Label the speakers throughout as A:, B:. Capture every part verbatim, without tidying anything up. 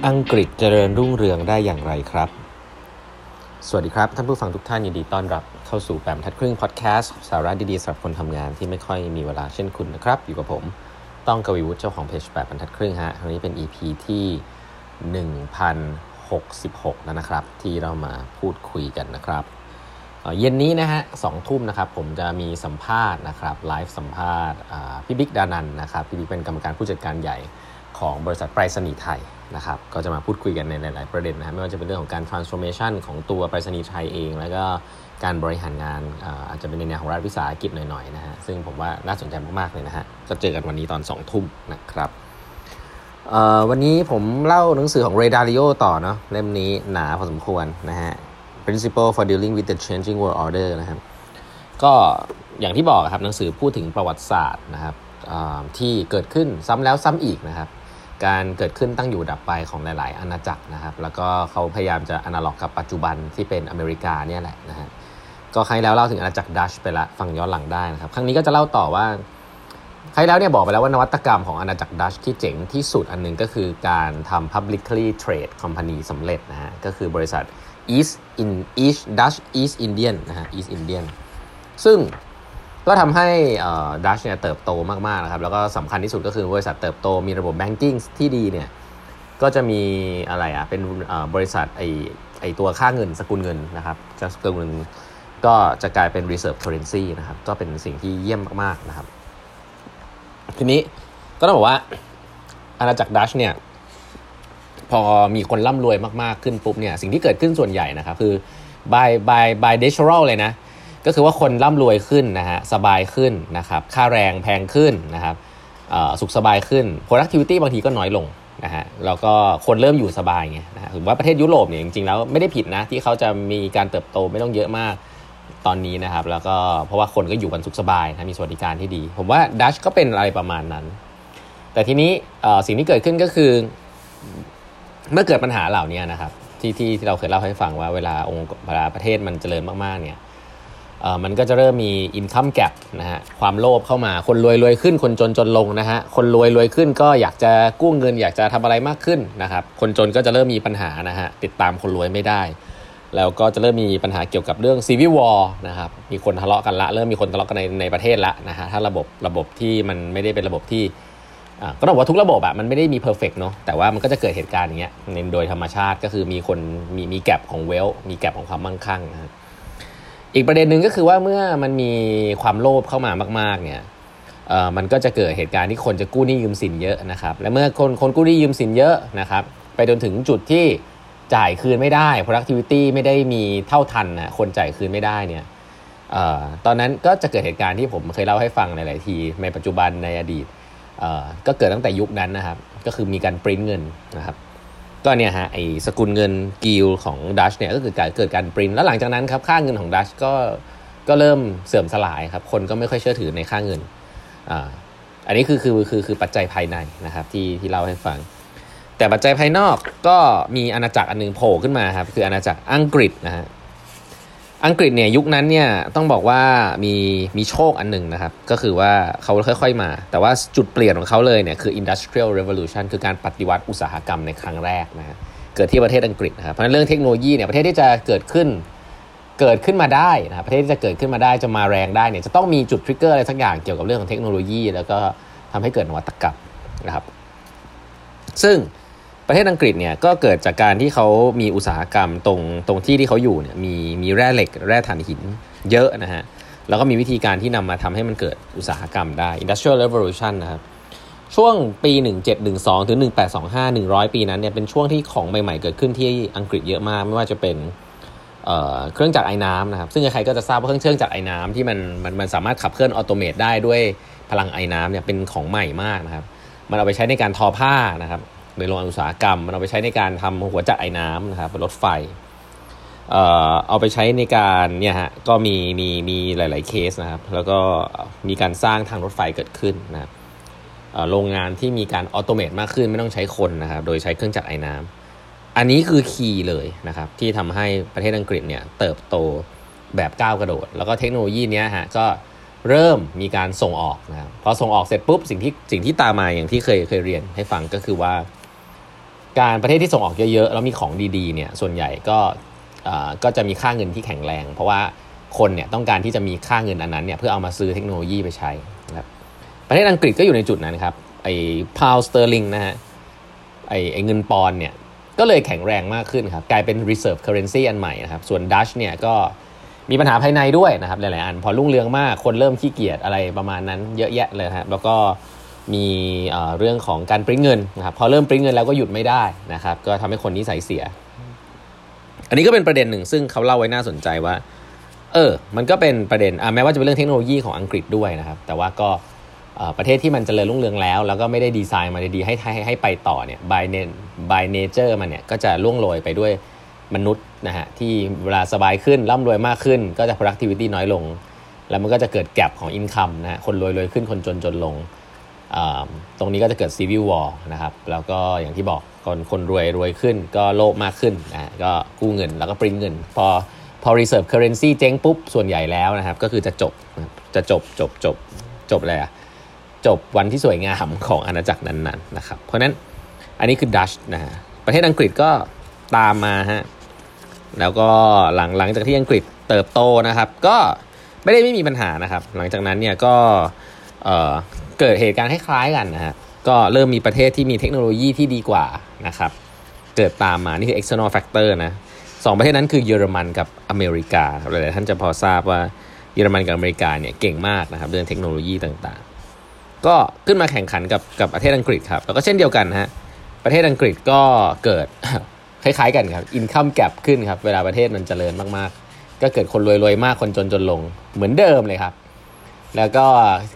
A: อังกฤษเจริญรุ่งเรืองได้อย่างไรครับสวัสดีครับท่านผู้ฟังทุกท่านยินดีต้อนรับเข้าสู่แปดบรรทัดครึ่งพอดแคสต์สาระดีๆสำหรับคนทำงานที่ไม่ค่อยมีเวลาเช่นคุณนะครับอยู่กับผมต้องกวีวุฒิเจ้าของเพจแปดบรรทัดครึ่งฮะครั้งนี้เป็น อี พี ที่ หนึ่งพันหกสิบหก แล้วนะครับที่เรามาพูดคุยกันนะครับเย็นนี้นะฮะสองทุ่มนะครับผมจะมีสัมภาษณ์นะครับไลฟ์สัมภาษณ์พี่บิ๊กดานันท์นะครับพี่บิ๊กเป็นกรรมการผู้จัดการใหญ่ของบริษัทไปรษณีย์ไทยนะครับก็จะมาพูดคุยกันในหลายๆประเด็นนะไม่ว่าจะเป็นเรื่องของการ transformation ของตัวไปรษณีย์ไทยเองแล้วก็การบริหารงาน อา, อาจจะเป็นในแนวของรัฐวิสาหกิจหน่อยๆนะฮะซึ่งผมว่าน่าสนใจมากๆเลยนะฮะจะเจอกันวันนี้ตอนสองทุ่มนะครับวันนี้ผมเล่าหนังสือของ Ray Dalio ต่อเนาะเล่มนี้หนาพอสมควรนะฮะ Principle for Dealing with the Changing World Order นะครับก็อย่างที่บอกครับหนังสือพูดถึงประวัติศาสตร์นะครับที่เกิดขึ้นซ้ำแล้วซ้ำอีกนะครับการเกิดขึ้นตั้งอยู่ดับไปของหลายๆอาณาจักรนะครับแล้วก็เขาพยายามจะอนาล็อกกับปัจจุบันที่เป็นอเมริกาเนี่ยแหละนะฮะก็ครั้งแล้วเล่าถึงอาณาจักรดัชไปละฟังย้อนหลังได้นะครับครั้งนี้ก็จะเล่าต่อว่าครั้งแล้วเนี่ยบอกไปแล้วว่านวัตกรรมของอาณาจักรดัชที่เจ๋งที่สุดอันนึงก็คือการทำ publicly trade company สำเร็จนะฮะก็คือบริษัท East in East Dutch East Indian นะฮะ East Indian ซึ่งก็ทำให้ดัชเนี่ยเติบโตมากๆนะครับแล้วก็สำคัญที่สุดก็คือบริษัทเติบโตมีระบบแบงกิ้งที่ดีเนี่ยก็จะมีอะไรอ่ะเป็นบริษัทไอไอตัวค่าเงินสกุลเงินนะครับจะสกุลเงินก็จะกลายเป็น reserve currency นะครับก็เป็นสิ่งที่เยี่ยมมากๆนะครับทีนี้ก็ต้องบอกว่าอาณาจักรดัชเนี่ยพอมีคนร่ำรวยมากๆขึ้นปุ๊บเนี่ยสิ่งที่เกิดขึ้นส่วนใหญ่นะครับคือ by by by natural เลยนะก็คือว่าคนร่ำรวยขึ้นนะฮะสบายขึ้นนะครับค่าแรงแพงขึ้นนะครับสุขสบายขึ้น productivity บางทีก็น้อยลงนะฮะแล้วก็คนเริ่มอยู่สบายไงนะฮะถือว่าประเทศยุโรปเนี่ยจริงๆแล้วไม่ได้ผิดนะที่เขาจะมีการเติบโตไม่ต้องเยอะมากตอนนี้นะครับแล้วก็เพราะว่าคนก็อยู่กันสุขสบายนะมีสวัสดิการที่ดีผมว่าดัชก็เป็นอะไรประมาณนั้นแต่ทีนี้สิ่งที่เกิดขึ้นก็คือเมื่อเกิดปัญหาเหล่านี้นะครับที่ที่ที่เราเคยเล่าให้ฟังว่าเวลาองค์เวลาประเทศมันเจริญมากๆเนี่ยเอ่อมันก็จะเริ่มมี income gap นะฮะความโลภเข้ามาคนรวยรวยขึ้นคนจนจนลงนะฮะคนรวยรวยขึ้นก็อยากจะกู้เงินอยากจะทำอะไรมากขึ้นนะครับคนจนก็จะเริ่มมีปัญหานะฮะติดตามคนรวยไม่ได้แล้วก็จะเริ่มมีปัญหาเกี่ยวกับเรื่อง civil war นะครับมีคนทะเลาะกันละเริ่มมีคนทะเลาะกันในในประเทศละนะฮะถ้าระบบระบบที่มันไม่ได้เป็นระบบที่อ่าก็ต้องบอกว่าทุกระบบอะมันไม่ได้มี perfect เนาะแต่ว่ามันก็จะเกิดเหตุการณ์อย่างเงี้ยโดยธรรมชาติก็คือมีคนมีมีแกปของ wealth มีแกปของความมั่งคั่งนะอีกประเด็นหนึ่งก็คือว่าเมื่อมันมีความโลภเข้ามามากๆเนี่ยเอ่อมันก็จะเกิดเหตุการณ์ที่คนจะกู้หนี้ยืมสินเยอะนะครับและเมื่อคนคนกู้หนี้ยืมสินเยอะนะครับไปจนถึงจุดที่จ่ายคืนไม่ได้ productivity ไม่ได้มีเท่าทันนะคนจ่ายคืนไม่ได้เนี่ยเอ่อตอนนั้นก็จะเกิดเหตุการณ์ที่ผมเคยเล่าให้ฟังหลายๆทีในปัจจุบันในอดีตเอ่อก็เกิดตั้งแต่ยุคนั้นนะครับก็คือมีการปริ้นเงินนะครับก็เนี่ยฮะไอ้สกุลเงินกิลของดัชเนี่ยก็คือการเกิดการปริ้นแล้วหลังจากนั้นครับค่าเงินของดัชก็ก็เริ่มเสื่อมสลายครับคนก็ไม่ค่อยเชื่อถือในค่าเงินอ่าอันนี้คือคือคือคือปัจจัยภายในนะครับที่ที่เล่าให้ฟังแต่ปัจจัยภายนอกก็มีอาณาจักรอันนึงโผล่ขึ้นมาครับคืออาณาจักรอังกฤษนะฮะอังกฤษเนี่ยยุคนั้นเนี่ยต้องบอกว่ามีมีโชคอันนึงนะครับก็คือว่าเขาค่อยๆมาแต่ว่าจุดเปลี่ยนของเขาเลยเนี่ยคือ industrial revolution คือการปฏิวัติอุตสาหกรรมในครั้งแรกนะฮะเกิดที่ประเทศอังกฤษนะครับเพราะฉะนั้นเรื่องเทคโนโลยีเนี่ยประเทศที่จะเกิดขึ้นเกิดขึ้นมาได้นะครับประเทศที่จะเกิดขึ้นมาได้จะมาแรงได้เนี่ยจะต้องมีจุดทริกเกอร์อะไรสักอย่างเกี่ยวกับเรื่องของเทคโนโลยีแล้วก็ทำให้เกิดนวัตกรรมนะครับซึ่งประเทศอังกฤษเนี่ยก็เกิดจากการที่เขามีอุตสาหกรรมตรงตรงที่ที่เขาอยู่เนี่ยมีมีแร่เหล็กแร่ถ่านหินเยอะนะฮะแล้วก็มีวิธีการที่นำมาทำให้มันเกิดอุตสาหกรรมได้ Industrial Revolution นะครับช่วงปีหนึ่งพันเจ็ดร้อยสิบสองถึงหนึ่งพันแปดร้อยยี่สิบห้า หนึ่งร้อยปีนั้นเนี่ยเป็นช่วงที่ของใหม่ๆเกิดขึ้นที่อังกฤษเยอะมากไม่ว่าจะเป็นเอ่อเครื่องจักรไอ้น้ำนะครับซึ่งใครๆก็จะทราบว่าเครื่องเครื่องจักรไอ้น้ำที่มันมันมันสามารถขับเคลื่อนออโตเมตได้ด้วยพลังไอ้น้ำเนี่ยเป็นของใหม่มากนะครับมันเอาไปใช้ในการทอผ้านะครับในโรงงานอุตสาหกรรมมันเอาไปใช้ในการทำหัวจักรไอ้น้ำนะครับรถไฟเอ่อเอาไปใช้ในการเนี่ยฮะก็มีมีมีหลายๆเคสนะครับแล้วก็มีการสร้างทางรถไฟเกิดขึ้นนะครับโรงงานที่มีการออโตเมตมากขึ้นไม่ต้องใช้คนนะครับโดยใช้เครื่องจักรไอ้น้ำอันนี้คือคีย์เลยนะครับที่ทำให้ประเทศอังกฤษเนี่ยเติบโตแบบก้าวกระโดดแล้วก็เทคโนโลยีนี้ฮะก็เริ่มมีการส่งออกนะครับพอส่งออกเสร็จปุ๊บสิ่งที่สิ่งที่ตามมาอย่างที่เคยเคยเรียนให้ฟังก็คือว่าการประเทศที่ส่งออกเยอะๆแล้วมีของดีๆเนี่ยส่วนใหญ่ก็ก็จะมีค่าเงินที่แข็งแรงเพราะว่าคนเนี่ยต้องการที่จะมีค่าเงินอันนั้นเนี่ยเพื่อเอามาซื้อเทคโนโลยีไปใช้นะครับประเทศอังกฤษก็อยู่ในจุดนั้นครับไอ้พาวสเตอร์ลิงนะฮะไอ้ไอ้เงินปอนด์เนี่ยก็เลยแข็งแรงมากขึ้นครับกลายเป็น reserve currency อันใหม่นะครับส่วนดัชเนี่ยก็มีปัญหาภายในด้วยนะครับหลายๆอันพอรุ่งเรืองมากคนเริ่มขี้เกียจอะไรประมาณนั้นเยอะแยะเลยครับแล้วก็มีเรื่องของการปริ้นเงินนะครับพอเริ่มปริ้นเงินแล้วก็หยุดไม่ได้นะครับก็ทำให้คนนิสัยเสียอันนี้ก็เป็นประเด็นหนึ่งซึ่งเขาเล่าไว้น่าสนใจว่าเออมันก็เป็นประเด็นอ่ะแม้ว่าจะเป็นเรื่องเทคโนโลยีของอังกฤษด้วยนะครับแต่ว่าก็ประเทศที่มันเจริญรุ่งเรืองแล้วแล้วก็ไม่ได้ดีไซน์มาดีๆให้ให้ให้ไปต่อเนี่ย by by nature มันเนี่ยก็จะล่วงโรยไปด้วยมนุษย์นะฮะที่เวลาสบายขึ้นร่ำรวยมากขึ้นก็จะ productivity น้อยลงแล้วมันก็จะเกิด gap ของ income นะฮะคนรวยรวยขึ้นคนจนจนลงตรงนี้ก็จะเกิด civil war นะครับแล้วก็อย่างที่บอกคนคนรวยรวยขึ้นก็โลภมากขึ้นนะก็กู้เงินแล้วก็ปริ้นเงินพอพอ reserve currency เจ๊งปุ๊บส่วนใหญ่แล้วนะครับก็คือจะจบจะจบจบจบจบอะไรอะจบวันที่สวยงามของอาณาจักรนั้นๆนะครับเพราะนั้นอันนี้คือดัชนะฮะประเทศอังกฤษก็ตามมาฮะแล้วก็หลังหลังจากที่อังกฤษเติบโตนะครับก็ไม่ได้ไม่มีปัญหานะครับหลังจากนั้นเนี่ยก็เอ่อเกิดเหตุการณ์คล้ายๆกันนะฮะก็เริ่มมีประเทศที่มีเทคโนโลยีที่ดีกว่านะครับเกิดตามมานี่คือ external factor นะสองประเทศนั้นคือเยอรมันกับอเมริกาหลายๆท่านจะพอทราบว่าเยอรมันกับอเมริกาเนี่ยเก่งมากนะครับเรื่องเทคโนโลยีต่างๆก็ขึ้นมาแข่งขันกับกับประเทศอังกฤษครับแล้วก็เช่นเดียวกันฮะประเทศอังกฤษก็เกิด คล้ายๆกันครับ income gap ขึ้นครับเวลาประเทศมันเจริญมากๆก็เกิดคนรวยๆมากคนจนจนลงเหมือนเดิมเลยครับแล้วก็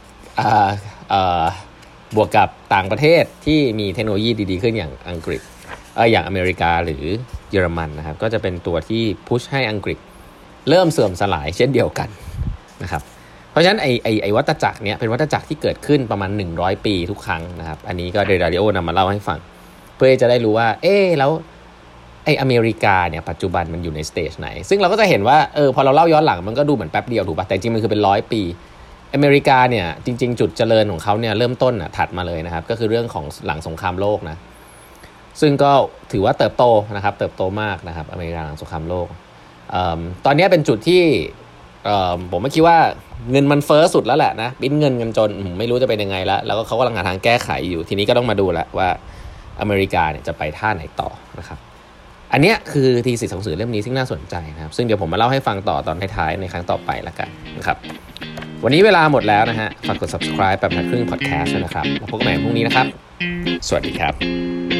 A: บวกกับต่างประเทศที่มีเทคโนโลยีดีๆขึ้นอย่างอังกฤษเอออย่างอเมริกาหรือเยอรมันนะครับก็จะเป็นตัวที่พุชให้อังกฤษเริ่มเสื่อมสลายเช่นเดียวกันนะครับเพราะฉะนั้นไอ้ไอ้ไอ้วัฏจักรเนี้ยเป็นวัฏจักรที่เกิดขึ้นประมาณหนึ่งร้อยปีทุกครั้งนะครับอันนี้ก็เดดาริโอนำมาเล่าให้ฟังเพื่อจะได้รู้ว่าเอ๊ะแล้วไอ้อเมริกาเนี่ยปัจจุบันมันอยู่ในสเตจไหนซึ่งเราก็จะเห็นว่าเออพอเราเล่าย้อนหลังมันก็ดูเหมือนแป๊บเดียวถูกป่ะแต่จริงมันคือเป็นร้อยปีอเมริกาเนี่ยจริงๆจุดเจริญของเขาเนี่ยเริ่มต้นอ่ะถัดมาเลยนะครับก็คือเรื่องของหลังสงครามโลกนะซึ่งก็ถือว่าเติบโตนะครับเติบโตมากนะครับอเมริกาหลังสงครามโลกเอ่อตอนนี้เป็นจุดที่เอ่อผมไม่คิดว่าเงินมันเฟ้อสุดแล้วแหละนะปิ้นเงินกันจนไม่รู้จะเป็นยังไงแล้วแล้วก็เขากำลังหาทางแก้ไขอยู่ทีนี้ก็ต้องมาดูแล้วว่าอเมริกาเนี่ยจะไปท่าไหนต่อนะครับอันนี้คือทีสิทธิ์หนังสือเล่มนี้ซึ่งน่าสนใจนะครับซึ่งเดี๋ยวผมมาเล่าให้ฟังต่อตอนท้ายๆในครั้งต่อไปละกันนะครับวันนี้เวลาหมดแล้วนะฮะฝากกด subscribe แบบนัดครึ่ง podcast นะครับแล้วพบกันใหม่พรุ่งนี้นะครับสวัสดีครับ